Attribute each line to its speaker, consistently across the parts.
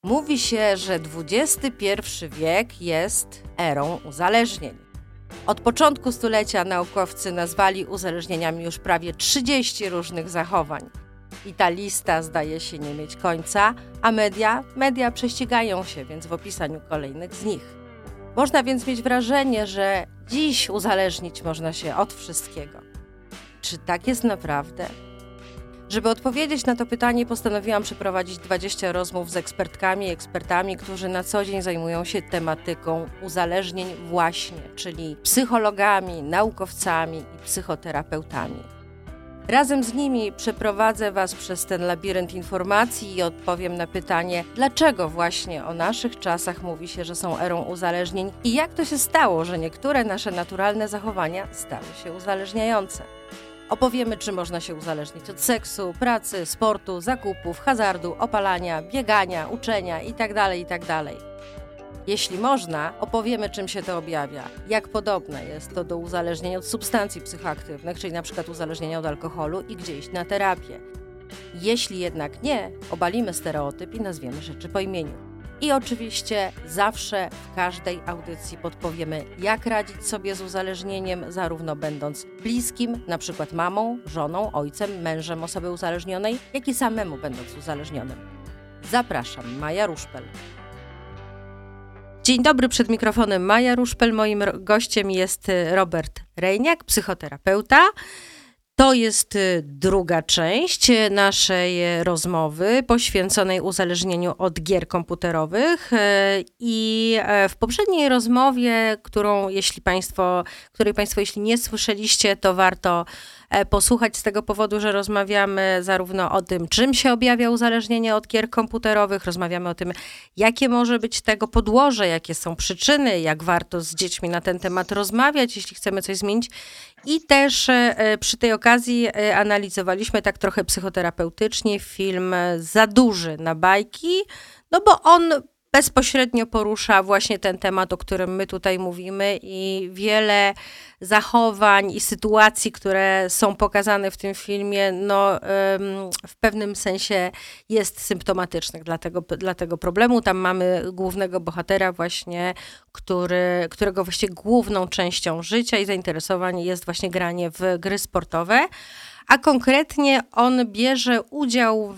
Speaker 1: Mówi się, że XXI wiek jest erą uzależnień. Od początku stulecia naukowcy nazwali uzależnieniami już prawie 30 różnych zachowań. I ta lista zdaje się nie mieć końca, a media prześcigają się więc w opisaniu kolejnych z nich. Można więc mieć wrażenie, że dziś uzależnić można się od wszystkiego. Czy tak jest naprawdę? Żeby odpowiedzieć na to pytanie, postanowiłam przeprowadzić 20 rozmów z ekspertkami i ekspertami, którzy na co dzień zajmują się tematyką uzależnień właśnie, czyli psychologami, naukowcami i psychoterapeutami. Razem z nimi przeprowadzę Was przez ten labirynt informacji i odpowiem na pytanie, dlaczego właśnie o naszych czasach mówi się, że są erą uzależnień i jak to się stało, że niektóre nasze naturalne zachowania stały się uzależniające. Opowiemy, czy można się uzależnić od seksu, pracy, sportu, zakupów, hazardu, opalania, biegania, uczenia itd., itd. Jeśli można, opowiemy, czym się to objawia, jak podobne jest to do uzależnień od substancji psychoaktywnych, czyli np. uzależnienia od alkoholu i gdzie iść na terapię. Jeśli jednak nie, obalimy stereotyp i nazwiemy rzeczy po imieniu. I oczywiście zawsze w każdej audycji podpowiemy, jak radzić sobie z uzależnieniem, zarówno będąc bliskim, np. mamą, żoną, ojcem, mężem osoby uzależnionej, jak i samemu będąc uzależnionym. Zapraszam, Maja Ruszpel. Dzień dobry, przed mikrofonem Maja Ruszpel. Moim gościem jest Robert Rejniak, psychoterapeuta. To jest druga część naszej rozmowy poświęconej uzależnieniu od gier komputerowych i w poprzedniej rozmowie, której Państwo jeśli nie słyszeliście, to warto posłuchać z tego powodu, że rozmawiamy zarówno o tym, czym się objawia uzależnienie od gier komputerowych, rozmawiamy o tym, jakie może być tego podłoże, jakie są przyczyny, jak warto z dziećmi na ten temat rozmawiać, jeśli chcemy coś zmienić. I też przy tej okazji analizowaliśmy tak trochę psychoterapeutycznie film Za duży na bajki, no bo on bezpośrednio porusza właśnie ten temat, o którym my tutaj mówimy i wiele zachowań i sytuacji, które są pokazane w tym filmie, w pewnym sensie jest symptomatycznych dla tego problemu. Tam mamy głównego bohatera właśnie, którego właściwie główną częścią życia i zainteresowań jest właśnie granie w gry sportowe. A konkretnie on bierze udział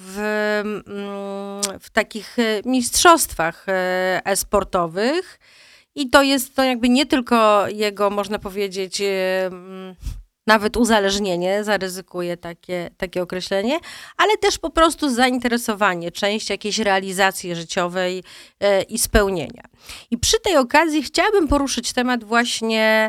Speaker 1: w takich mistrzostwach e-sportowych i to jest to jakby nie tylko jego, można powiedzieć, nawet uzależnienie, zaryzykuję takie określenie, ale też po prostu zainteresowanie, część jakiejś realizacji życiowej i spełnienia. I przy tej okazji chciałabym poruszyć temat właśnie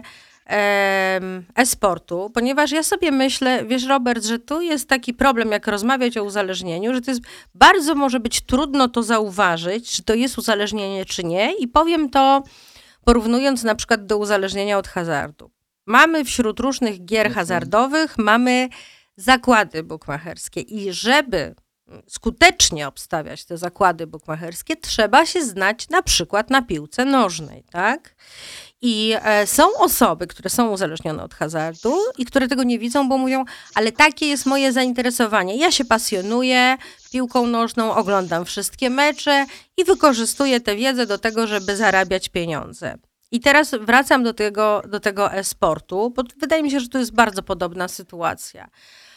Speaker 1: e-sportu, ponieważ ja sobie myślę, wiesz Robert, że tu jest taki problem, jak rozmawiać o uzależnieniu, że to jest bardzo może być trudno to zauważyć, czy to jest uzależnienie, czy nie i powiem to porównując na przykład do uzależnienia od hazardu. Mamy wśród różnych gier hazardowych, mamy zakłady bukmacherskie i żeby skutecznie obstawiać te zakłady bukmacherskie, trzeba się znać na przykład na piłce nożnej, tak? I są osoby, które są uzależnione od hazardu i które tego nie widzą, bo mówią, ale takie jest moje zainteresowanie. Ja się pasjonuję piłką nożną, oglądam wszystkie mecze i wykorzystuję tę wiedzę do tego, żeby zarabiać pieniądze. I teraz wracam do tego e-sportu, bo wydaje mi się, że to jest bardzo podobna sytuacja.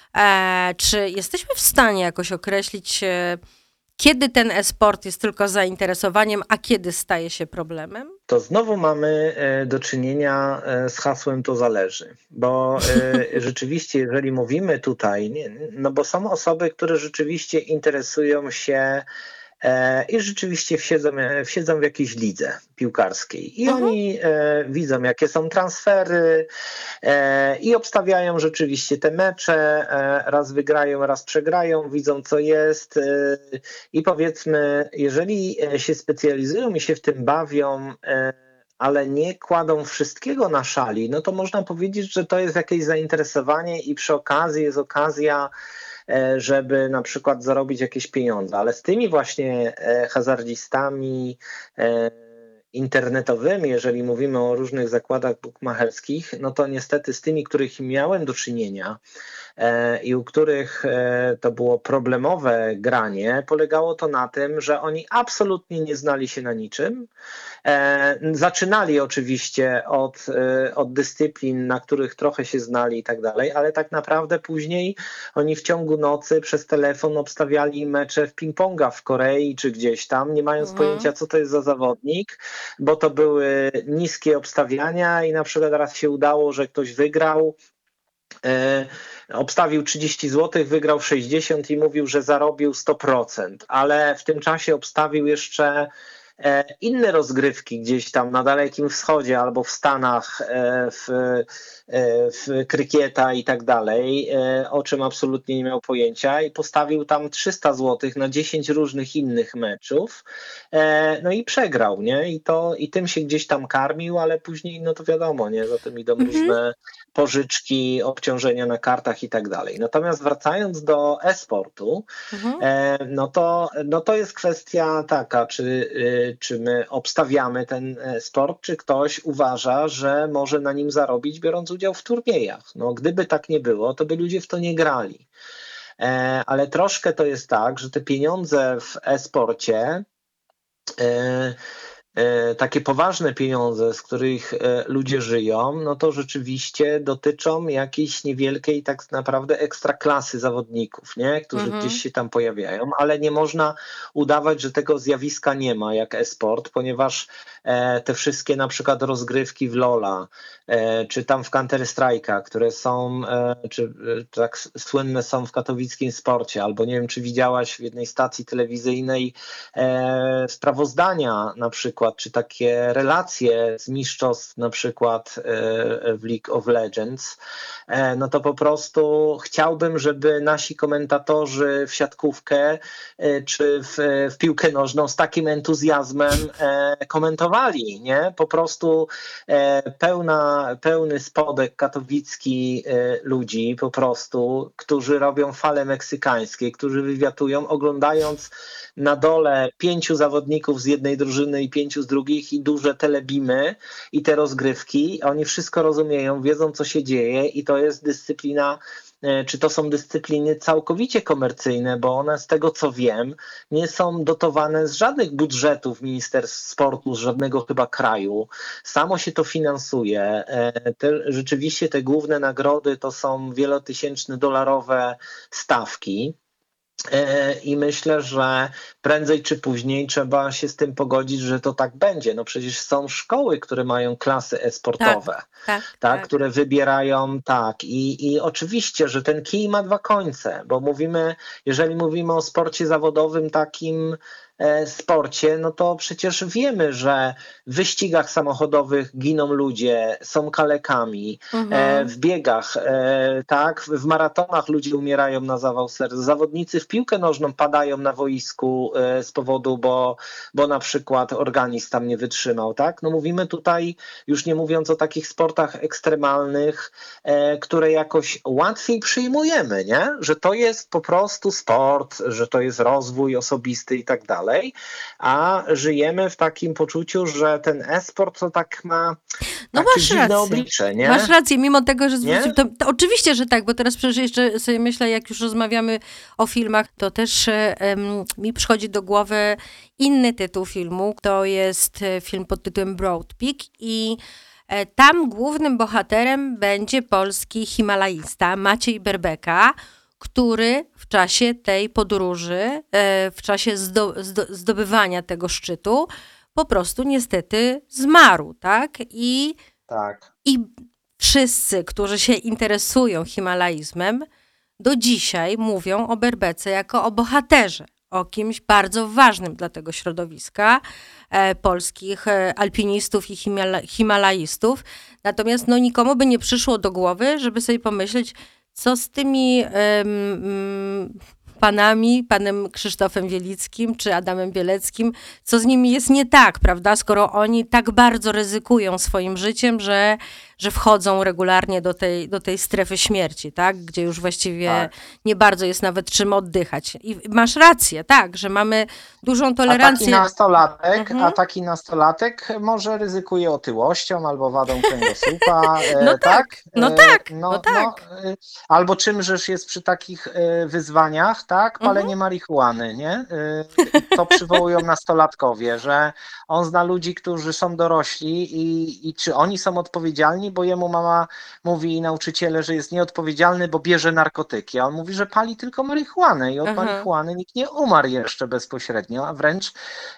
Speaker 1: Czy jesteśmy w stanie jakoś określić, kiedy ten e-sport jest tylko zainteresowaniem, a kiedy staje się problemem?
Speaker 2: To znowu mamy do czynienia z hasłem to zależy, bo rzeczywiście jeżeli mówimy tutaj, no bo są osoby, które rzeczywiście interesują się i rzeczywiście wsiedzą w jakiejś lidze piłkarskiej i oni widzą, jakie są transfery i obstawiają rzeczywiście te mecze, raz wygrają, raz przegrają, widzą co jest i powiedzmy, jeżeli się specjalizują i się w tym bawią, ale nie kładą wszystkiego na szali, no to można powiedzieć, że to jest jakieś zainteresowanie i przy okazji jest okazja, żeby na przykład zarobić jakieś pieniądze, ale z tymi właśnie hazardzistami internetowymi, jeżeli mówimy o różnych zakładach bukmacherskich, no to niestety z tymi, których miałem do czynienia, i u których to było problemowe granie, polegało to na tym, że oni absolutnie nie znali się na niczym. Zaczynali oczywiście od dyscyplin, na których trochę się znali i tak dalej, ale tak naprawdę później oni w ciągu nocy przez telefon obstawiali mecze w ping-ponga w Korei czy gdzieś tam, nie mając pojęcia, co to jest za zawodnik, bo to były niskie obstawiania i na przykład raz się udało, że ktoś wygrał, obstawił 30 zł, wygrał 60 i mówił, że zarobił 100%, ale w tym czasie obstawił jeszcze inne rozgrywki gdzieś tam na Dalekim Wschodzie albo w Stanach, w krykieta i tak dalej, o czym absolutnie nie miał pojęcia i postawił tam 300 zł na 10 różnych innych meczów, no i przegrał, nie? I tym się gdzieś tam karmił, ale później, no to wiadomo, nie? Za tym idą różne pożyczki, obciążenia na kartach i tak dalej. Natomiast wracając do e-sportu, no to jest kwestia taka, czy my obstawiamy ten sport, czy ktoś uważa, że może na nim zarobić, biorąc udział w turniejach. No, gdyby tak nie było, to by ludzie w to nie grali. Ale troszkę to jest tak, że te pieniądze w e-sporcie, takie poważne pieniądze, z których ludzie żyją, no to rzeczywiście dotyczą jakiejś niewielkiej tak naprawdę ekstraklasy zawodników, nie? Którzy gdzieś się tam pojawiają, ale nie można udawać, że tego zjawiska nie ma jak e-sport, ponieważ te wszystkie na przykład rozgrywki w LoL'a, czy tam w Counter-Strike'a, które są, czy tak słynne są w katowickim sporcie, albo nie wiem, czy widziałaś w jednej stacji telewizyjnej sprawozdania na przykład, czy takie relacje z mistrzostw na przykład w League of Legends, no to po prostu chciałbym, żeby nasi komentatorzy w siatkówkę czy w piłkę nożną z takim entuzjazmem komentowali, nie? Po prostu pełny spodek katowicki ludzi po prostu, którzy robią fale meksykańskie, którzy wywiatują, oglądając na dole 5 zawodników z jednej drużyny i 5 z drugich i duże telebimy i te rozgrywki. Oni wszystko rozumieją, wiedzą, co się dzieje i to jest dyscyplina, czy to są dyscypliny całkowicie komercyjne, bo one, z tego co wiem, nie są dotowane z żadnych budżetów Ministerstw Sportu, z żadnego chyba kraju. Samo się to finansuje. Rzeczywiście te główne nagrody to są wielotysięczne dolarowe stawki. I myślę, że prędzej czy później trzeba się z tym pogodzić, że to tak będzie. No przecież są szkoły, które mają klasy e-sportowe, tak, które wybierają, tak. I oczywiście, że ten kij ma dwa końce, bo jeżeli mówimy o sporcie zawodowym takim sporcie, no to przecież wiemy, że w wyścigach samochodowych giną ludzie, są kalekami, w biegach, tak, w maratonach ludzie umierają na zawał serca, zawodnicy w piłkę nożną padają na boisku z powodu, bo na przykład organizm tam nie wytrzymał, tak? No mówimy tutaj, już nie mówiąc o takich sportach ekstremalnych, które jakoś łatwiej przyjmujemy, nie? Że to jest po prostu sport, że to jest rozwój osobisty i tak dalej. A żyjemy w takim poczuciu, że ten e-sport to tak ma takie dziwne oblicze, nie?
Speaker 1: Masz rację, mimo tego, że zwrócił, to oczywiście, że tak, bo teraz przecież jeszcze sobie myślę, jak już rozmawiamy o filmach, to też mi przychodzi do głowy inny tytuł filmu, to jest film pod tytułem Broad Peak i tam głównym bohaterem będzie polski himalaista Maciej Berbeka, który w czasie tej podróży, w czasie zdobywania tego szczytu po prostu niestety zmarł, tak? I wszyscy, którzy się interesują himalaizmem, do dzisiaj mówią o Berbece jako o bohaterze, o kimś bardzo ważnym dla tego środowiska polskich alpinistów i himalaistów. Natomiast nikomu by nie przyszło do głowy, żeby sobie pomyśleć, co z tymi panami, panem Krzysztofem Wielickim czy Adamem Bieleckim, co z nimi jest nie tak, prawda? Skoro oni tak bardzo ryzykują swoim życiem, że że wchodzą regularnie do tej strefy śmierci, tak? Gdzie już właściwie nie bardzo jest nawet czym oddychać. I masz rację, tak, że mamy dużą tolerancję.
Speaker 2: A taki nastolatek może ryzykuje otyłością albo wadą kręgosłupa,
Speaker 1: No tak, no tak, no tak.
Speaker 2: Albo czymżeż jest przy takich wyzwaniach, tak? Palenie marihuany, nie? To przywołują nastolatkowie, że on zna ludzi, którzy są dorośli i czy oni są odpowiedzialni, bo jemu mama mówi i nauczyciele, że jest nieodpowiedzialny, bo bierze narkotyki, a on mówi, że pali tylko marihuanę i od marihuany nikt nie umarł jeszcze bezpośrednio, a wręcz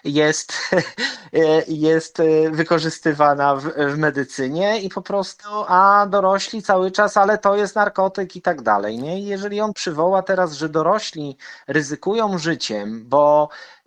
Speaker 2: jest wykorzystywana w medycynie i po prostu, a dorośli cały czas, ale to jest narkotyk i tak dalej, nie? I jeżeli on przywoła teraz, że dorośli ryzykują życiem, bo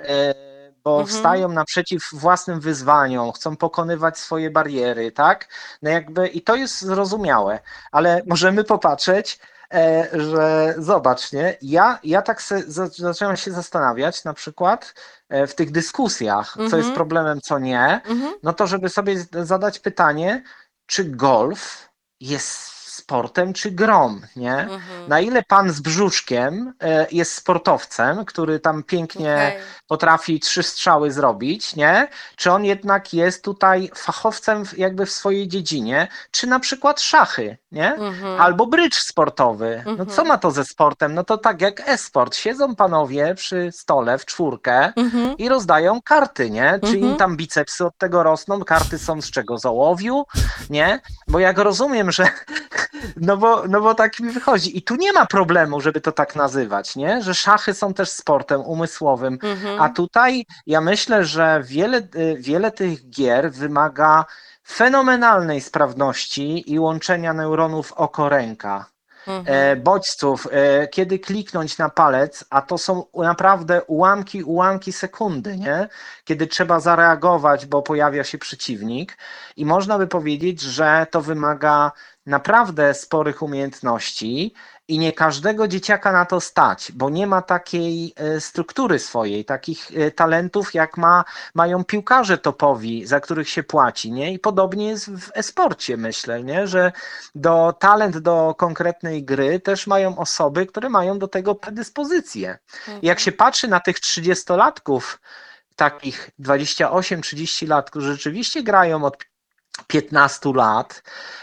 Speaker 2: wstają naprzeciw własnym wyzwaniom, chcą pokonywać swoje bariery, tak? No jakby i to jest zrozumiałe, ale możemy popatrzeć, że zobacz, nie? Ja tak zacząłem się zastanawiać na przykład w tych dyskusjach, co jest problemem, co nie, no to żeby sobie zadać pytanie, czy golf jest sportem czy grą, nie? Na ile pan z brzuszkiem jest sportowcem, który tam pięknie potrafi 3 strzały zrobić, nie? Czy on jednak jest tutaj fachowcem jakby w swojej dziedzinie, czy na przykład szachy, nie? Albo brydż sportowy. No co ma to ze sportem? No to tak jak e-sport. Siedzą panowie przy stole w czwórkę i rozdają karty, nie? Czy im tam bicepsy od tego rosną? Karty są z czego? Z ołowiu, nie? Bo jak rozumiem, że no bo tak mi wychodzi. I tu nie ma problemu, żeby to tak nazywać, nie? Że szachy są też sportem umysłowym. A tutaj ja myślę, że wiele tych gier wymaga fenomenalnej sprawności i łączenia neuronów oko-ręka. Bodźców, kiedy kliknąć na palec, a to są naprawdę ułamki sekundy, nie? Kiedy trzeba zareagować, bo pojawia się przeciwnik i można by powiedzieć, że to wymaga naprawdę sporych umiejętności i nie każdego dzieciaka na to stać, bo nie ma takiej struktury swojej, takich talentów, jak mają piłkarze topowi, za których się płaci, nie? I podobnie jest w e-sporcie, myślę, nie? Że talent do konkretnej gry też mają osoby, które mają do tego predyspozycje. Jak się patrzy na tych 30-latków, takich 28-30 lat, którzy rzeczywiście grają od 15 lat,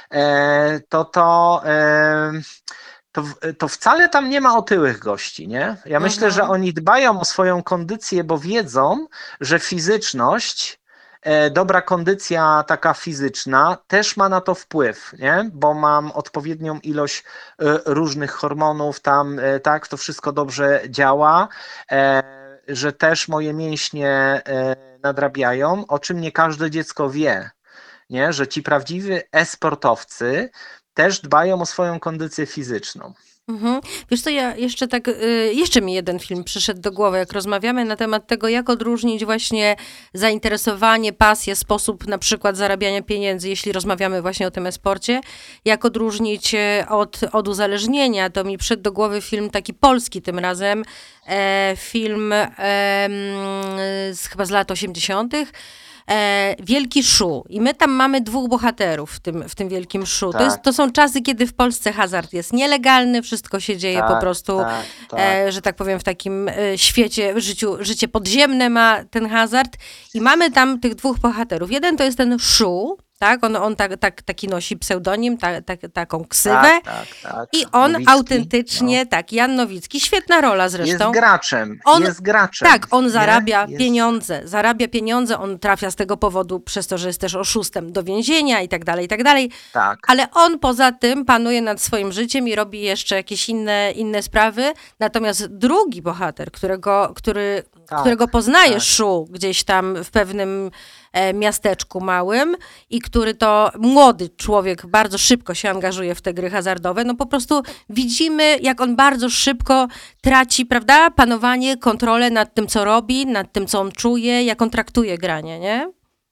Speaker 2: to wcale tam nie ma otyłych gości, nie? Ja myślę, że oni dbają o swoją kondycję, bo wiedzą, że fizyczność, dobra kondycja taka fizyczna też ma na to wpływ, nie? Bo mam odpowiednią ilość różnych hormonów tam, tak, to wszystko dobrze działa, że też moje mięśnie nadrabiają, o czym nie każde dziecko wie, nie? Że ci prawdziwi e-sportowcy też dbają o swoją kondycję fizyczną.
Speaker 1: Wiesz co, ja jeszcze jeszcze mi jeden film przyszedł do głowy, jak rozmawiamy na temat tego, jak odróżnić właśnie zainteresowanie, pasję, sposób na przykład zarabiania pieniędzy, jeśli rozmawiamy właśnie o tym e-sporcie, jak odróżnić od uzależnienia, to mi przyszedł do głowy film taki polski tym razem, film chyba z lat 80., Wielki Szu. I my tam mamy 2 bohaterów w tym Wielkim Szu.
Speaker 2: Tak.
Speaker 1: To są czasy, kiedy w Polsce hazard jest nielegalny, wszystko się dzieje po prostu, że tak powiem, w takim świecie, życie podziemne ma ten hazard. I mamy tam tych 2 bohaterów. Jeden to jest ten Szu, tak? On taki nosi pseudonim, taką ksywę.
Speaker 2: Tak.
Speaker 1: I on
Speaker 2: Nowicki,
Speaker 1: autentycznie, Jan Nowicki, świetna rola zresztą.
Speaker 2: Jest graczem.
Speaker 1: Tak, on zarabia pieniądze, on trafia z tego powodu, przez to, że jest też oszustem, do więzienia i tak dalej, i tak dalej.
Speaker 2: Tak.
Speaker 1: Ale on poza tym panuje nad swoim życiem i robi jeszcze jakieś inne sprawy. Natomiast drugi bohater, którego poznaje Szu gdzieś tam w pewnym miasteczku małym i który to młody człowiek bardzo szybko się angażuje w te gry hazardowe, no po prostu widzimy, jak on bardzo szybko traci, prawda, panowanie, kontrolę nad tym, co robi, nad tym, co on czuje, jak on traktuje granie, nie?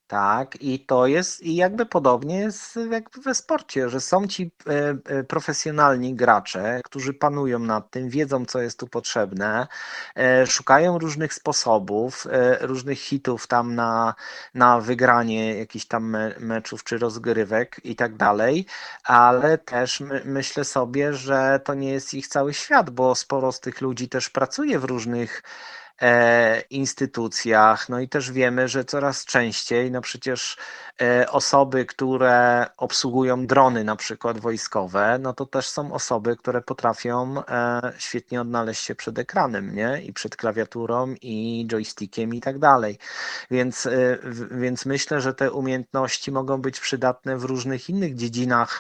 Speaker 2: Tak, i to jest, i jakby podobnie jest jakby we sporcie, że są ci profesjonalni gracze, którzy panują nad tym, wiedzą, co jest tu potrzebne, szukają różnych sposobów, różnych hitów tam na wygranie jakichś tam meczów czy rozgrywek i tak dalej, ale też myślę sobie, że to nie jest ich cały świat, bo sporo z tych ludzi też pracuje w różnych instytucjach. No i też wiemy, że coraz częściej, no przecież osoby, które obsługują drony, na przykład wojskowe, no to też są osoby, które potrafią świetnie odnaleźć się przed ekranem, nie? I przed klawiaturą, i joystickiem, i tak dalej. Więc myślę, że te umiejętności mogą być przydatne w różnych innych dziedzinach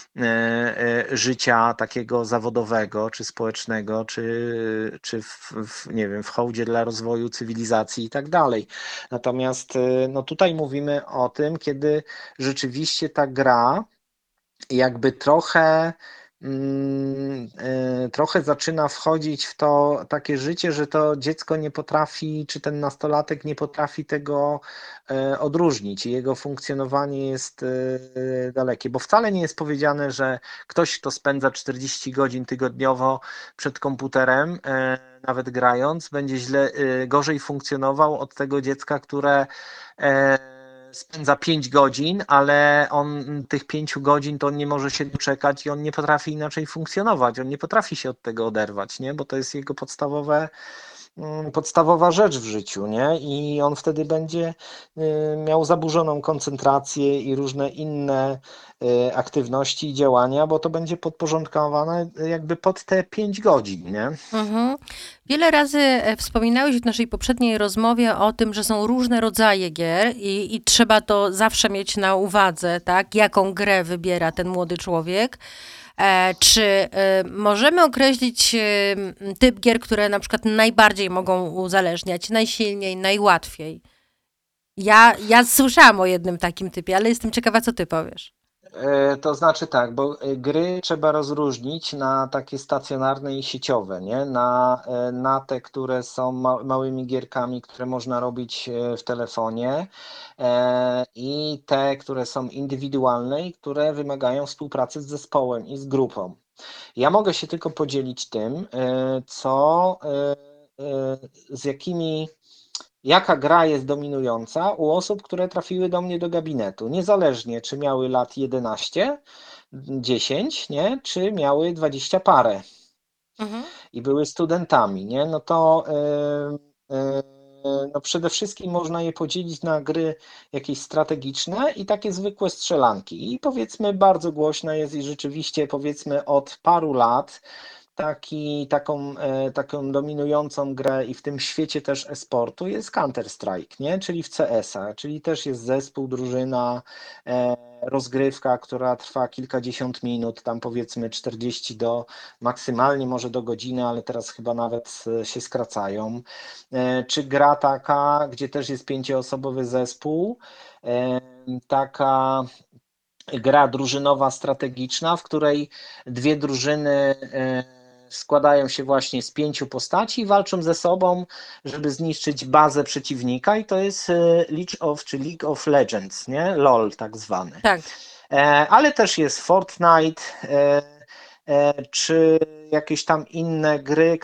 Speaker 2: życia takiego zawodowego, czy społecznego, czy nie wiem, w hołdzie dla rozwoju cywilizacji i tak dalej. Natomiast no tutaj mówimy o tym, kiedy rzeczywiście ta gra jakby trochę zaczyna wchodzić w to takie życie, że to dziecko nie potrafi, czy ten nastolatek nie potrafi tego odróżnić i jego funkcjonowanie jest dalekie, bo wcale nie jest powiedziane, że ktoś, kto spędza 40 godzin tygodniowo przed komputerem, nawet grając, będzie gorzej funkcjonował od tego dziecka, które spędza 5 godzin, ale on tych 5 godzin to on nie może się doczekać i on nie potrafi inaczej funkcjonować, on nie potrafi się od tego oderwać, nie? Bo to jest jego podstawowa rzecz w życiu, nie? I on wtedy będzie miał zaburzoną koncentrację i różne inne aktywności i działania, bo to będzie podporządkowane jakby pod te 5 godzin, nie?
Speaker 1: Mhm. Wiele razy wspominałeś w naszej poprzedniej rozmowie o tym, że są różne rodzaje gier i trzeba to zawsze mieć na uwadze, tak? Jaką grę wybiera ten młody człowiek. Czy możemy określić typ gier, które na przykład najbardziej mogą uzależniać, najsilniej, najłatwiej? Ja słyszałam o jednym takim typie, ale jestem ciekawa, co ty powiesz.
Speaker 2: To znaczy tak, bo gry trzeba rozróżnić na takie stacjonarne i sieciowe, nie? Na te, które są małymi gierkami, które można robić w telefonie, i te, które są indywidualne i które wymagają współpracy z zespołem i z grupą. Ja mogę się tylko podzielić tym, z jakimi jaka gra jest dominująca u osób, które trafiły do mnie do gabinetu, niezależnie czy miały lat 11, 10, nie, czy miały 20 parę
Speaker 1: Mhm.
Speaker 2: i były studentami, nie, no to no przede wszystkim można je podzielić na gry jakieś strategiczne i takie zwykłe strzelanki. I powiedzmy bardzo głośna jest i rzeczywiście powiedzmy od paru lat taką dominującą grę i w tym świecie też e-sportu jest Counter-Strike, nie? Czyli w CS-a, czyli też jest zespół, drużyna, rozgrywka, która trwa kilkadziesiąt minut, tam powiedzmy 40 do maksymalnie może do godziny, ale teraz chyba nawet się skracają. Czy gra taka, gdzie też jest pięcioosobowy zespół, taka gra drużynowa strategiczna, w której dwie drużyny składają się właśnie z 5 postaci i walczą ze sobą, żeby zniszczyć bazę przeciwnika i to jest League of Legends, nie? LOL tak zwany.
Speaker 1: Tak.
Speaker 2: Ale też jest Fortnite, czy jakieś tam inne gry,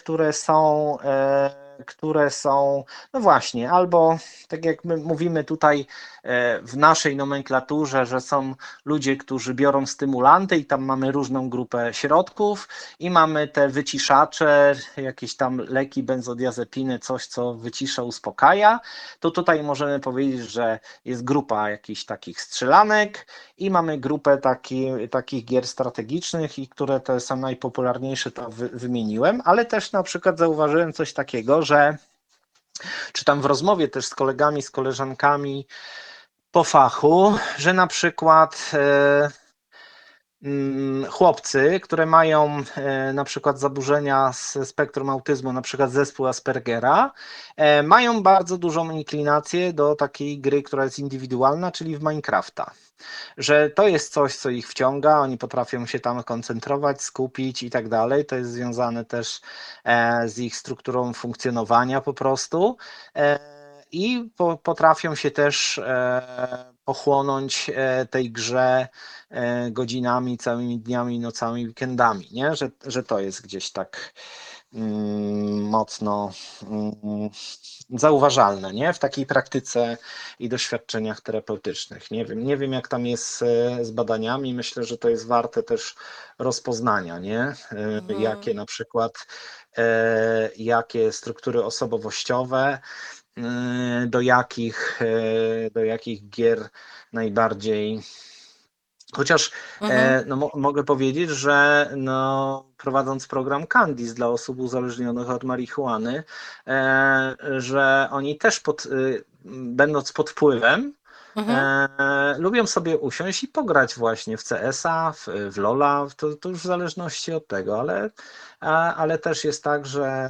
Speaker 2: które są, no właśnie, albo tak jak my mówimy tutaj w naszej nomenklaturze, że są ludzie, którzy biorą stymulanty i tam mamy różną grupę środków i mamy te wyciszacze, jakieś tam leki, benzodiazepiny, coś, co wycisza, uspokaja, to tutaj możemy powiedzieć, że jest grupa jakichś takich strzelanek i mamy grupę takich gier strategicznych, i które to są najpopularniejsze, to wymieniłem, ale też na przykład zauważyłem coś takiego, że czytam w rozmowie też z kolegami, z koleżankami po fachu, że na przykład chłopcy, które mają na przykład zaburzenia z spektrum autyzmu, na przykład zespół Aspergera, mają bardzo dużą inklinację do takiej gry, która jest indywidualna, czyli w Minecrafta. Że to jest coś, co ich wciąga, oni potrafią się tam koncentrować, skupić i tak dalej. To jest związane też z ich strukturą funkcjonowania po prostu. potrafią się też pochłonąć tej grze godzinami, całymi dniami, nocami, weekendami, nie? Że to jest gdzieś tak mocno zauważalne, nie? W takiej praktyce i doświadczeniach terapeutycznych. Nie wiem jak tam jest z badaniami. Myślę, że to jest warte też rozpoznania, nie? Jakie na przykład jakie struktury osobowościowe do jakich gier najbardziej. Chociaż
Speaker 1: Mhm.
Speaker 2: no, mogę powiedzieć, że no, prowadząc program Candice dla osób uzależnionych od marihuany, że oni też będąc pod wpływem,
Speaker 1: Mhm.
Speaker 2: lubią sobie usiąść i pograć właśnie w CS-a, w LoL'a, to już w zależności od tego, ale też jest tak,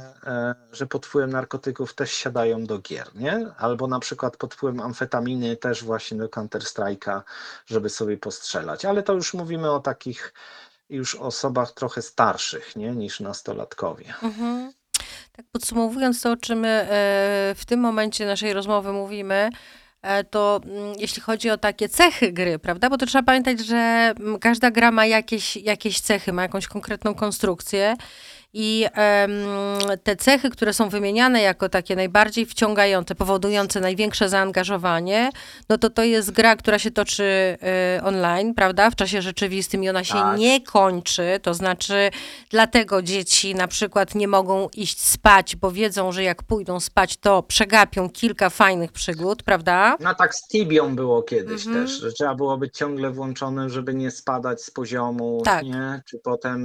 Speaker 2: że pod wpływem narkotyków też siadają do gier, nie? Albo na przykład pod wpływem amfetaminy też właśnie do Counter-Strike'a, żeby sobie postrzelać. Ale to już mówimy o takich już osobach trochę starszych, nie? Niż nastolatkowie.
Speaker 1: Mhm. Tak podsumowując to, o czym w tym momencie naszej rozmowy mówimy, to jeśli chodzi o takie cechy gry, prawda? Bo to trzeba pamiętać, że każda gra ma jakieś cechy, ma jakąś konkretną konstrukcję. I te cechy, które są wymieniane jako takie najbardziej wciągające, powodujące największe zaangażowanie, no to jest gra, która się toczy online, prawda, w czasie rzeczywistym i ona się
Speaker 2: Tak,
Speaker 1: nie kończy, to znaczy dlatego dzieci na przykład nie mogą iść spać, bo wiedzą, że jak pójdą spać, to przegapią kilka fajnych przygód, prawda?
Speaker 2: no tak z Tibią było kiedyś też,
Speaker 1: Mhm.
Speaker 2: że trzeba było być ciągle włączonym, żeby nie spadać z poziomów,
Speaker 1: Tak.
Speaker 2: nie? Czy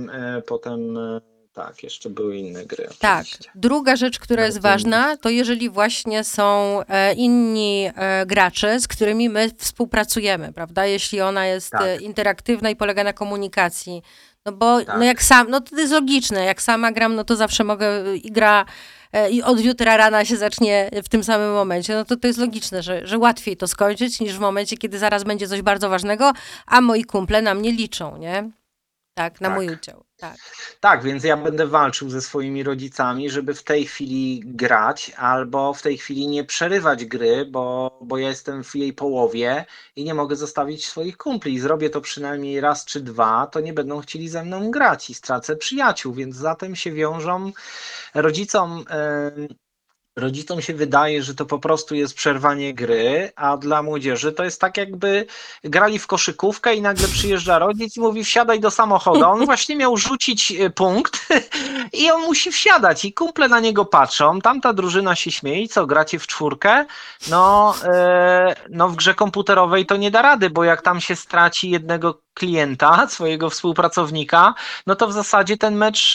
Speaker 2: potem tak, jeszcze były inne gry
Speaker 1: Tak.
Speaker 2: oczywiście.
Speaker 1: Druga rzecz, która jest
Speaker 2: Bardzo inne.
Speaker 1: ważna, to jeżeli właśnie są inni gracze, z którymi my współpracujemy, prawda? Jeśli ona jest
Speaker 2: Tak,
Speaker 1: interaktywna i polega na komunikacji. No bo no
Speaker 2: tak,
Speaker 1: jak sam, no to jest logiczne, jak sama gram, no to zawsze mogę i gra i od jutra rana się zacznie w tym samym momencie. No to jest logiczne, że łatwiej to skończyć niż w momencie, kiedy zaraz będzie coś bardzo ważnego, a moi kumple na mnie liczą, nie? Tak, na mój
Speaker 2: tak.
Speaker 1: udział. Tak.
Speaker 2: Tak, więc ja będę walczył ze swoimi rodzicami, żeby w tej chwili grać albo w tej chwili nie przerywać gry, bo ja jestem w jej połowie i nie mogę zostawić swoich kumpli. Zrobię to przynajmniej raz czy dwa, to nie będą chcieli ze mną grać i stracę przyjaciół, więc za tym się wiążą rodzicom. Rodzicom się wydaje, że to po prostu jest przerwanie gry, a dla młodzieży to jest tak, jakby grali w koszykówkę i nagle przyjeżdża rodzic i mówi: wsiadaj do samochodu. On właśnie miał rzucić punkt i on musi wsiadać i kumple na niego patrzą, tamta drużyna się śmieje: co, gracie w czwórkę? No w grze komputerowej to nie da rady, bo jak tam się straci jednego klienta, swojego współpracownika, no to w zasadzie ten mecz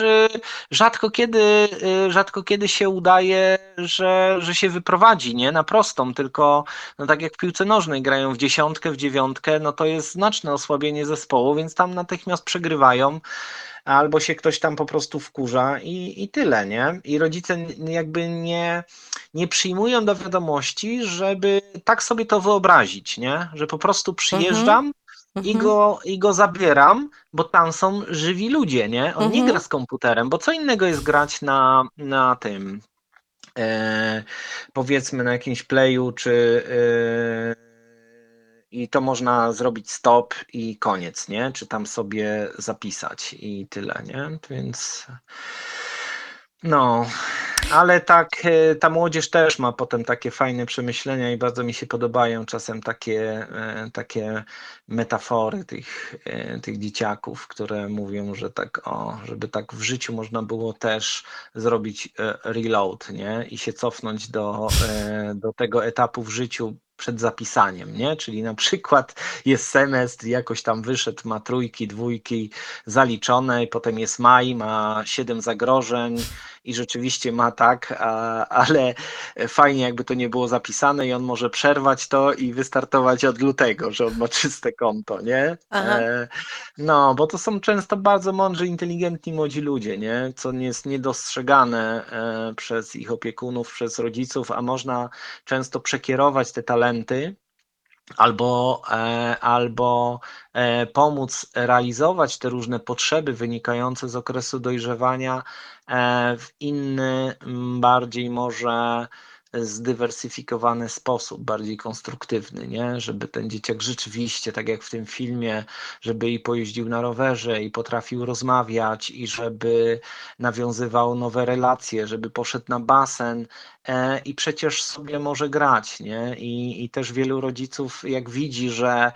Speaker 2: rzadko kiedy się udaje, że się wyprowadzi, nie? Na prostą, tylko no tak jak w piłce nożnej grają w dziesiątkę, w dziewiątkę, no to jest znaczne osłabienie zespołu, więc tam natychmiast przegrywają, albo się ktoś tam po prostu wkurza i tyle, nie? I rodzice jakby nie przyjmują do wiadomości, żeby tak sobie to wyobrazić, nie? Że po prostu
Speaker 1: Mhm.
Speaker 2: przyjeżdżam
Speaker 1: Mhm.
Speaker 2: i go zabieram, bo tam są żywi ludzie, nie? On nie gra
Speaker 1: Mhm.
Speaker 2: z komputerem, bo co innego jest grać na tym, e, powiedzmy na jakimś playu, i to można zrobić stop i koniec, nie? Czy tam sobie zapisać i tyle, nie? Więc no, ale tak, ta młodzież też ma potem takie fajne przemyślenia i bardzo mi się podobają czasem takie metafory tych dzieciaków, które mówią, że tak żeby tak w życiu można było też zrobić reload, nie? I się cofnąć do tego etapu w życiu przed zapisaniem, nie? Czyli na przykład jest semestr, jakoś tam wyszedł, ma trójki, dwójki zaliczone i potem jest maj, ma 7 zagrożeń i rzeczywiście ma tak, ale fajnie jakby to nie było zapisane i on może przerwać to i wystartować od lutego, że on ma czyste konto, nie?
Speaker 1: Aha.
Speaker 2: No, bo to są często bardzo mądrzy, inteligentni młodzi ludzie, nie? Co jest niedostrzegane przez ich opiekunów, przez rodziców, a można często przekierować te talenty albo pomóc realizować te różne potrzeby wynikające z okresu dojrzewania w inny, bardziej może zdywersyfikowany sposób, bardziej konstruktywny, nie? Żeby ten dzieciak rzeczywiście, tak jak w tym filmie, żeby i pojeździł na rowerze, i potrafił rozmawiać, i żeby nawiązywał nowe relacje, żeby poszedł na basen, i przecież sobie może grać, nie? I też wielu rodziców, jak widzi,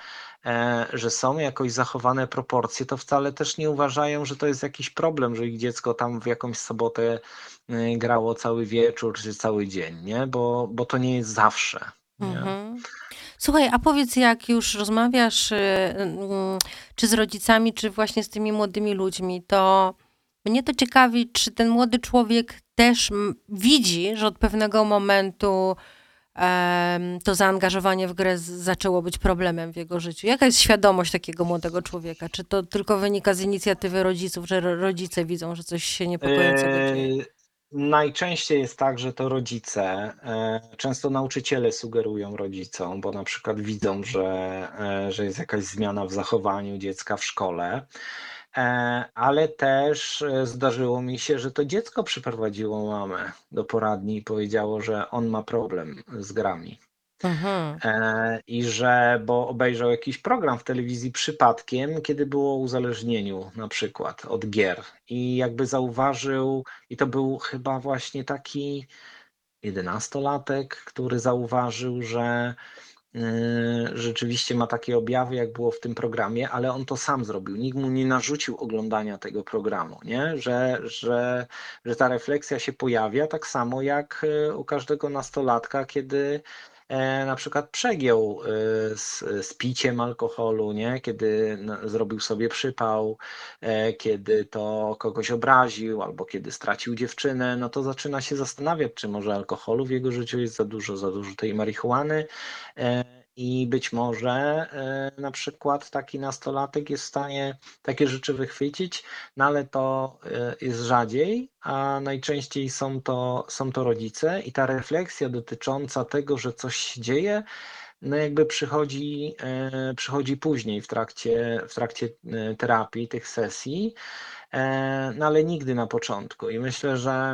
Speaker 2: że są jakoś zachowane proporcje, to wcale też nie uważają, że to jest jakiś problem, że ich dziecko tam w jakąś sobotę grało cały wieczór czy cały dzień, nie? Bo to nie jest zawsze, nie?
Speaker 1: Mhm. Słuchaj, a powiedz, jak już rozmawiasz czy z rodzicami, czy właśnie z tymi młodymi ludźmi, to mnie to ciekawi, czy ten młody człowiek też widzi, że od pewnego momentu to zaangażowanie w grę zaczęło być problemem w jego życiu. Jaka jest świadomość takiego młodego człowieka? Czy to tylko wynika z inicjatywy rodziców, że rodzice widzą, że coś się niepokojącego dzieje?
Speaker 2: Najczęściej jest tak, że to rodzice, często nauczyciele sugerują rodzicom, bo na przykład widzą, że jest jakaś zmiana w zachowaniu dziecka w szkole, ale też zdarzyło mi się, że to dziecko przyprowadziło mamę do poradni i powiedziało, że on ma problem z grami.
Speaker 1: Mhm.
Speaker 2: I bo obejrzał jakiś program w telewizji przypadkiem, kiedy było o uzależnieniu na przykład od gier i jakby zauważył, i to był chyba właśnie taki 11-latek, który zauważył, że rzeczywiście ma takie objawy, jak było w tym programie, ale on to sam zrobił. Nikt mu nie narzucił oglądania tego programu, nie? Że ta refleksja się pojawia tak samo jak u każdego nastolatka, kiedy na przykład przegiął z piciem alkoholu, nie? Kiedy zrobił sobie przypał, kiedy to kogoś obraził, albo kiedy stracił dziewczynę, no to zaczyna się zastanawiać, czy może alkoholu w jego życiu jest za dużo tej marihuany. I być może na przykład taki nastolatek jest w stanie takie rzeczy wychwycić, no ale to jest rzadziej, a najczęściej są to rodzice i ta refleksja dotycząca tego, że coś się dzieje, no jakby przychodzi później w trakcie terapii, tych sesji, no ale nigdy na początku. I myślę,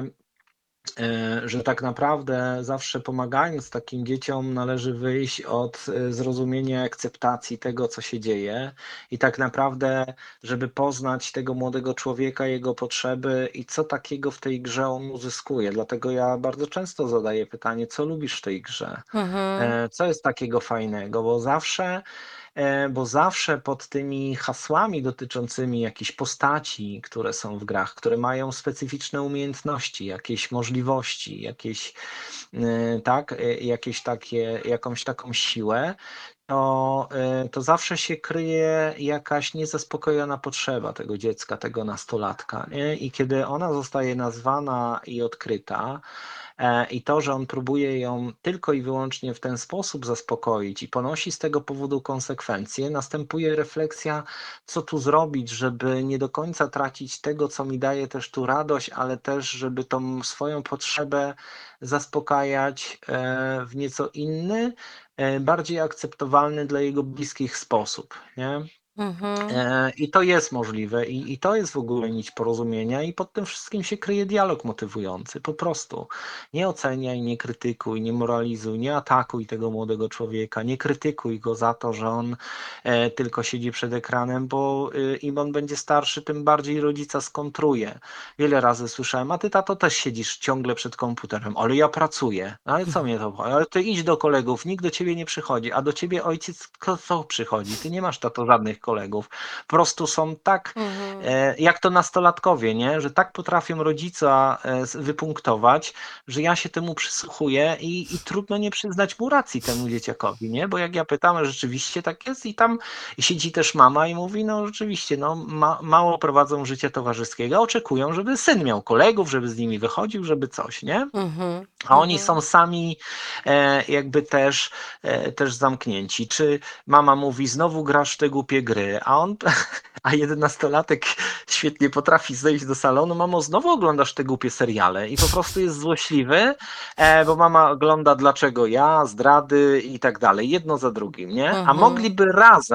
Speaker 2: że tak naprawdę zawsze pomagając takim dzieciom należy wyjść od zrozumienia, akceptacji tego, co się dzieje i tak naprawdę, żeby poznać tego młodego człowieka, jego potrzeby i co takiego w tej grze on uzyskuje. Dlatego ja bardzo często zadaję pytanie, co lubisz w tej grze?
Speaker 1: Mhm.
Speaker 2: Co jest takiego fajnego? Bo zawsze pod tymi hasłami dotyczącymi jakichś postaci, które są w grach, które mają specyficzne umiejętności, jakieś możliwości, jakąś taką siłę, to zawsze się kryje jakaś niezaspokojona potrzeba tego dziecka, tego nastolatka, nie? I kiedy ona zostaje nazwana i odkryta, i to, że on próbuje ją tylko i wyłącznie w ten sposób zaspokoić i ponosi z tego powodu konsekwencje, następuje refleksja, co tu zrobić, żeby nie do końca tracić tego, co mi daje też tu radość, ale też, żeby tą swoją potrzebę zaspokajać w nieco inny, bardziej akceptowalny dla jego bliskich sposób, nie?
Speaker 1: Mhm.
Speaker 2: I to jest możliwe i to jest w ogóle nić porozumienia i pod tym wszystkim się kryje dialog motywujący. Po prostu nie oceniaj, nie krytykuj, nie moralizuj, nie atakuj tego młodego człowieka, nie krytykuj go za to, że on tylko siedzi przed ekranem, bo im on będzie starszy, tym bardziej rodzica skontruje. Wiele razy słyszałem, a ty tato też siedzisz ciągle przed komputerem, ale ja pracuję. Ale co mnie to obchodzi? Ale ty idź do kolegów, nikt do ciebie nie przychodzi, a do ciebie ojciec co przychodzi? Ty nie masz tato żadnych kolegów. Po prostu są tak,
Speaker 1: Mhm.
Speaker 2: jak to nastolatkowie, nie? Że tak potrafią rodzica wypunktować, że ja się temu przysłuchuję i trudno nie przyznać mu racji temu dzieciakowi, nie? Bo jak ja pytam, rzeczywiście tak jest i tam siedzi też mama i mówi, no rzeczywiście, no mało prowadzą życia towarzyskiego, oczekują, żeby syn miał kolegów, żeby z nimi wychodził, żeby coś, nie?
Speaker 1: Mhm.
Speaker 2: A oni
Speaker 1: Mhm.
Speaker 2: są sami jakby też zamknięci. Czy mama mówi, znowu grasz w te głupie gry, a 11-latek świetnie potrafi zejść do salonu, mamo, znowu oglądasz te głupie seriale i po prostu jest złośliwy, bo mama ogląda dlaczego ja, zdrady i tak dalej, jedno za drugim, nie? A
Speaker 1: Mhm.
Speaker 2: mogliby razem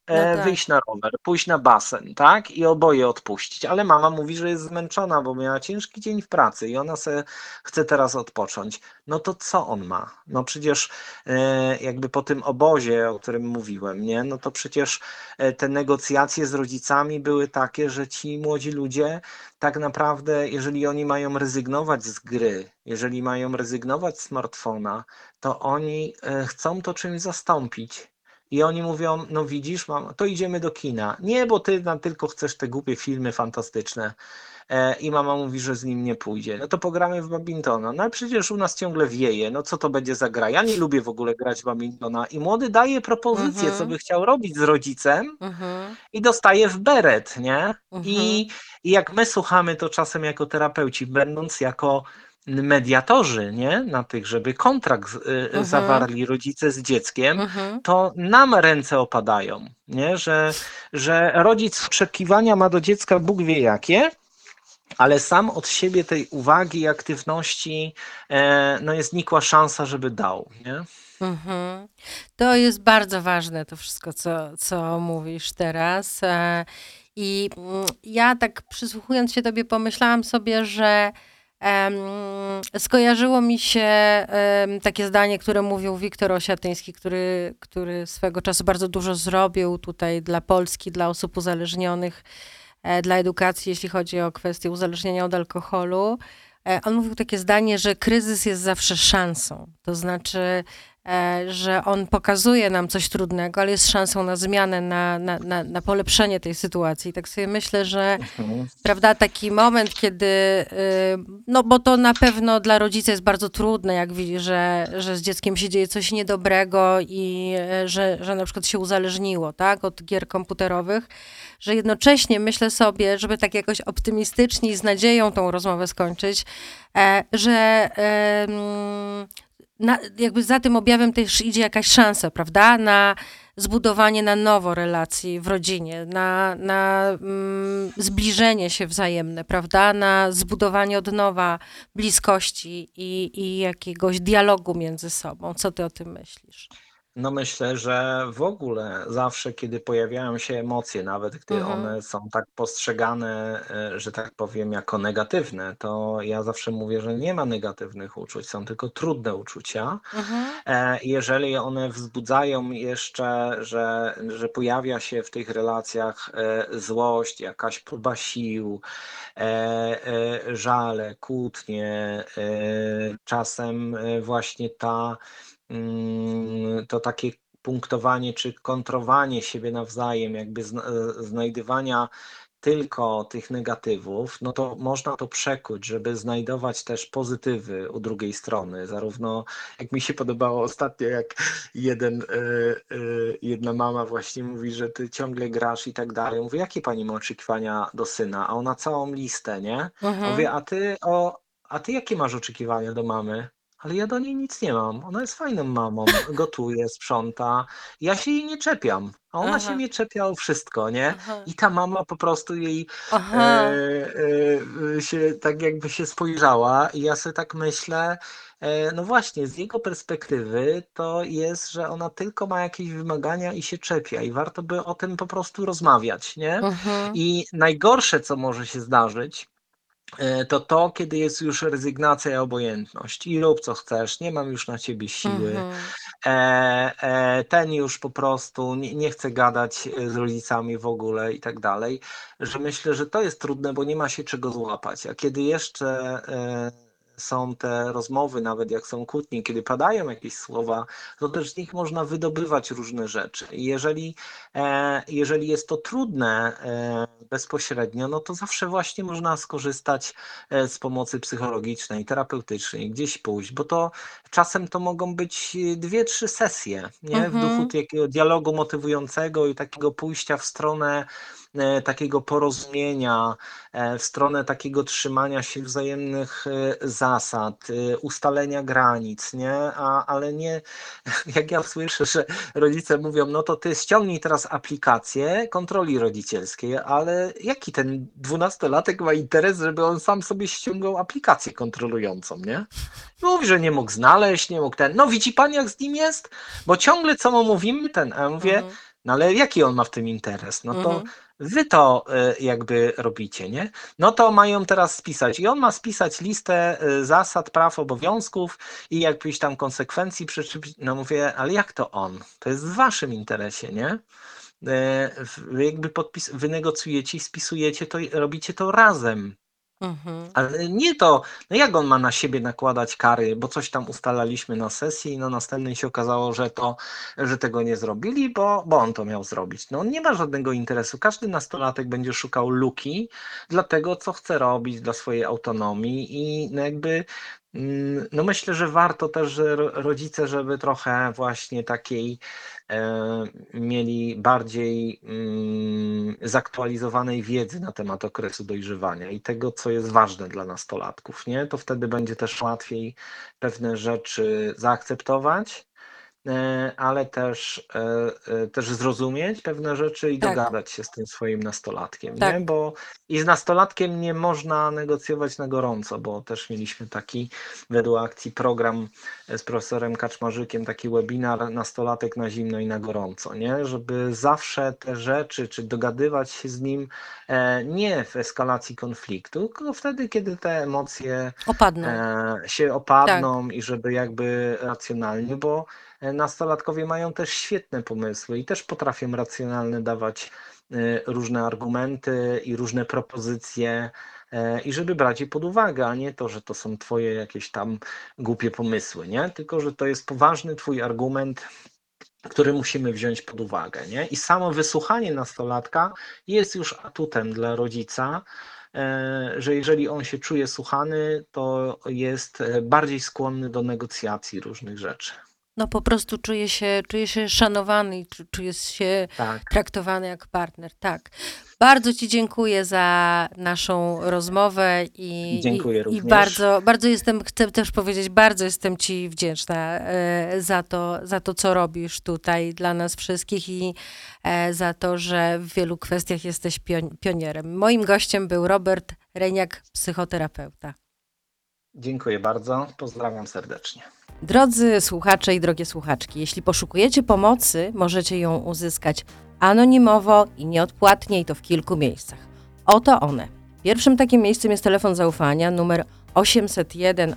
Speaker 1: No tak.
Speaker 2: wyjść na rower, pójść na basen, tak? I oboje odpuścić. Ale mama mówi, że jest zmęczona, bo miała ciężki dzień w pracy i ona se chce teraz odpocząć. No to co on ma? No przecież jakby po tym obozie, o którym mówiłem, nie? No to przecież te negocjacje z rodzicami były takie, że ci młodzi ludzie tak naprawdę, jeżeli oni mają rezygnować z gry, jeżeli mają rezygnować z smartfona, to oni chcą to czymś zastąpić. I oni mówią, no widzisz, mam, to idziemy do kina. Nie, bo ty nam tylko chcesz te głupie filmy fantastyczne. I mama mówi, że z nim nie pójdzie. No to pogramy w badmintona. No ale przecież u nas ciągle wieje. No co to będzie za gra? Ja nie lubię w ogóle grać w badmintona. I młody daje propozycję, co
Speaker 1: Mhm,
Speaker 2: by chciał robić z rodzicem
Speaker 1: mhm,
Speaker 2: i dostaje w beret, nie? I,
Speaker 1: mhm,
Speaker 2: I jak my słuchamy to czasem jako terapeuci, będąc jako mediatorzy, nie? Na tych, żeby kontrakt
Speaker 1: mhm,
Speaker 2: zawarli rodzice z dzieckiem,
Speaker 1: mhm.
Speaker 2: to nam ręce opadają, nie? Że rodzic oczekiwania ma do dziecka Bóg wie jakie, ale sam od siebie tej uwagi i aktywności no jest nikła szansa, żeby dał, nie?
Speaker 1: Mhm. To jest bardzo ważne, to wszystko, co mówisz teraz. Ja tak przysłuchując się tobie, pomyślałam sobie, że em, skojarzyło mi się takie zdanie, które mówił Wiktor Osiatyński, który swego czasu bardzo dużo zrobił tutaj dla Polski, dla osób uzależnionych, dla edukacji, jeśli chodzi o kwestię uzależnienia od alkoholu. On mówił takie zdanie, że kryzys jest zawsze szansą. To znaczy, że on pokazuje nam coś trudnego, ale jest szansą na zmianę, na polepszenie tej sytuacji. I tak sobie myślę, że
Speaker 2: Mhm.
Speaker 1: prawda, taki moment, kiedy, no bo to na pewno dla rodzica jest bardzo trudne, jak widzi, że z dzieckiem się dzieje coś niedobrego i że na przykład się uzależniło, tak, od gier komputerowych, że jednocześnie myślę sobie, żeby tak jakoś optymistycznie i z nadzieją tą rozmowę skończyć, że jakby za tym objawem też idzie jakaś szansa, prawda, na zbudowanie na nowo relacji w rodzinie, na zbliżenie się wzajemne, prawda, na zbudowanie od nowa bliskości i jakiegoś dialogu między sobą. Co ty o tym myślisz?
Speaker 2: No myślę, że w ogóle zawsze, kiedy pojawiają się emocje, nawet gdy
Speaker 1: Mhm,
Speaker 2: one są tak postrzegane, że tak powiem, jako negatywne, to ja zawsze mówię, że nie ma negatywnych uczuć, są tylko trudne uczucia.
Speaker 1: mhm,
Speaker 2: Jeżeli one wzbudzają jeszcze, że pojawia się w tych relacjach złość, jakaś próba sił, żale, kłótnie, czasem właśnie to takie punktowanie czy kontrowanie siebie nawzajem, jakby znajdywania tylko tych negatywów, no to można to przekuć, żeby znajdować też pozytywy u drugiej strony. Zarówno, jak mi się podobało ostatnio, jak jedna mama właśnie mówi, że ty ciągle grasz i tak dalej. Mówię, jakie pani ma oczekiwania do syna? A ona całą listę, nie? A
Speaker 1: mhm,
Speaker 2: mówię, a ty jakie masz oczekiwania do mamy? Ale ja do niej nic nie mam. Ona jest fajną mamą, gotuje, sprząta. Ja się jej nie czepiam, a ona się
Speaker 1: aha,
Speaker 2: mnie czepia o wszystko, nie?
Speaker 1: aha,
Speaker 2: I ta mama po prostu jej
Speaker 1: aha,
Speaker 2: się tak jakby się spojrzała i ja sobie tak myślę, no właśnie, z jego perspektywy to jest, że ona tylko ma jakieś wymagania i się czepia i warto by o tym po prostu rozmawiać, nie?
Speaker 1: mhm,
Speaker 2: I najgorsze, co może się zdarzyć, to, kiedy jest już rezygnacja i obojętność. I rób co chcesz, nie mam już na ciebie siły.
Speaker 1: mhm,
Speaker 2: Ten już po prostu nie chce gadać z rodzicami w ogóle i tak dalej. Że myślę, że to jest trudne, bo nie ma się czego złapać. A kiedy jeszcze są te rozmowy, nawet jak są kłótnie, kiedy padają jakieś słowa, to też z nich można wydobywać różne rzeczy. I jeżeli jest to trudne bezpośrednio, no to zawsze właśnie można skorzystać z pomocy psychologicznej, terapeutycznej, gdzieś pójść, bo to czasem to mogą być 2, 3 sesje, nie? W duchu
Speaker 1: mhm,
Speaker 2: takiego dialogu motywującego i takiego pójścia w stronę takiego porozumienia, w stronę takiego trzymania się wzajemnych zasad, ustalenia granic, nie? Ale nie, jak ja słyszę, że rodzice mówią, no to ty ściągnij teraz aplikację kontroli rodzicielskiej, ale jaki ten 12-latek ma interes, żeby on sam sobie ściągał aplikację kontrolującą, nie? Mówi, że nie mógł znaleźć, nie mógł ten. No widzi pan, jak z nim jest? Bo ciągle co mu mówimy, ten. A ja mówię,
Speaker 1: mhm.
Speaker 2: No ale jaki on ma w tym interes? No to
Speaker 1: Mhm.
Speaker 2: wy to jakby robicie, nie? No to mają teraz spisać i on ma spisać listę zasad, praw, obowiązków i jakbyś tam konsekwencji przyczepić. No mówię, ale jak to on? To jest w waszym interesie, nie? Wy jakby wy negocjujecie i spisujecie to i robicie to razem.
Speaker 1: Mhm.
Speaker 2: Ale nie to, no jak on ma na siebie nakładać kary, bo coś tam ustalaliśmy na sesji i na następnej się okazało, że tego nie zrobili, bo on to miał zrobić. No on nie ma żadnego interesu. Każdy nastolatek będzie szukał luki dla tego, co chce robić, dla swojej autonomii i no jakby no myślę, że warto też, że rodzice, żeby trochę właśnie takiej mieli bardziej zaktualizowanej wiedzy na temat okresu dojrzewania i tego, co jest ważne dla nastolatków, nie? To wtedy będzie też łatwiej pewne rzeczy zaakceptować, ale też zrozumieć pewne rzeczy i
Speaker 1: Tak,
Speaker 2: dogadać się z tym swoim nastolatkiem, nie?
Speaker 1: tak.
Speaker 2: Bo i z nastolatkiem nie można negocjować na gorąco, bo też mieliśmy taki według akcji program z profesorem Kaczmarzykiem, taki webinar nastolatek na zimno i na gorąco, nie? Żeby zawsze te rzeczy, czy dogadywać się z nim nie w eskalacji konfliktu, tylko wtedy, kiedy te emocje
Speaker 1: Opadną.
Speaker 2: się
Speaker 1: Tak.
Speaker 2: opadną i żeby jakby racjonalnie, bo nastolatkowie mają też świetne pomysły i też potrafią racjonalnie dawać różne argumenty i różne propozycje i żeby brać je pod uwagę, a nie to, że to są twoje jakieś tam głupie pomysły, nie? Tylko, że to jest poważny twój argument, który musimy wziąć pod uwagę, nie? I samo wysłuchanie nastolatka jest już atutem dla rodzica, że jeżeli on się czuje słuchany, to jest bardziej skłonny do negocjacji różnych rzeczy.
Speaker 1: No po prostu czuję się szanowany i czuję się
Speaker 2: Tak,
Speaker 1: traktowany jak partner. Tak. Bardzo Ci dziękuję za naszą rozmowę
Speaker 2: dziękuję
Speaker 1: i
Speaker 2: również.
Speaker 1: bardzo jestem, chcę też powiedzieć, bardzo jestem Ci wdzięczna za to, co robisz tutaj dla nas wszystkich i za to, że w wielu kwestiach jesteś pionierem. Moim gościem był Robert Rejniak, psychoterapeuta.
Speaker 2: Dziękuję bardzo. Pozdrawiam serdecznie.
Speaker 1: Drodzy słuchacze i drogie słuchaczki, jeśli poszukujecie pomocy, możecie ją uzyskać anonimowo i nieodpłatnie i to w kilku miejscach. Oto one. Pierwszym takim miejscem jest telefon zaufania numer 801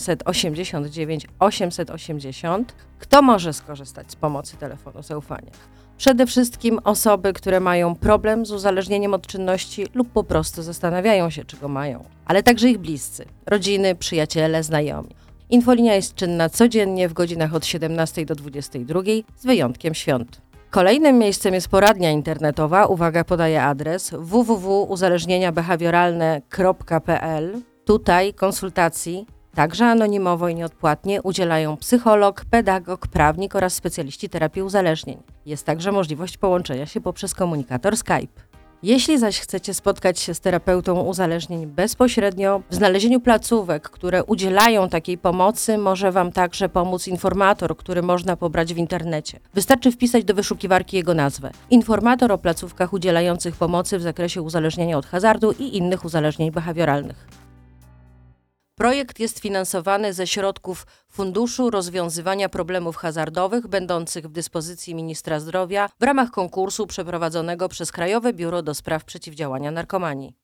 Speaker 1: 889 880. Kto może skorzystać z pomocy telefonu zaufania? Przede wszystkim osoby, które mają problem z uzależnieniem od czynności lub po prostu zastanawiają się, czego mają, ale także ich bliscy, rodziny, przyjaciele, znajomi. Infolinia jest czynna codziennie w godzinach od 17 do 22, z wyjątkiem świąt. Kolejnym miejscem jest poradnia internetowa. Uwaga, podaję adres www.uzależnieniabehawioralne.pl. Tutaj konsultacji, także anonimowo i nieodpłatnie, udzielają psycholog, pedagog, prawnik oraz specjaliści terapii uzależnień. Jest także możliwość połączenia się poprzez komunikator Skype. Jeśli zaś chcecie spotkać się z terapeutą uzależnień bezpośrednio, w znalezieniu placówek, które udzielają takiej pomocy, może Wam także pomóc informator, który można pobrać w internecie. Wystarczy wpisać do wyszukiwarki jego nazwę. Informator o placówkach udzielających pomocy w zakresie uzależnienia od hazardu i innych uzależnień behawioralnych. Projekt jest finansowany ze środków Funduszu Rozwiązywania Problemów Hazardowych będących w dyspozycji Ministra Zdrowia w ramach konkursu przeprowadzonego przez Krajowe Biuro do Spraw Przeciwdziałania Narkomanii.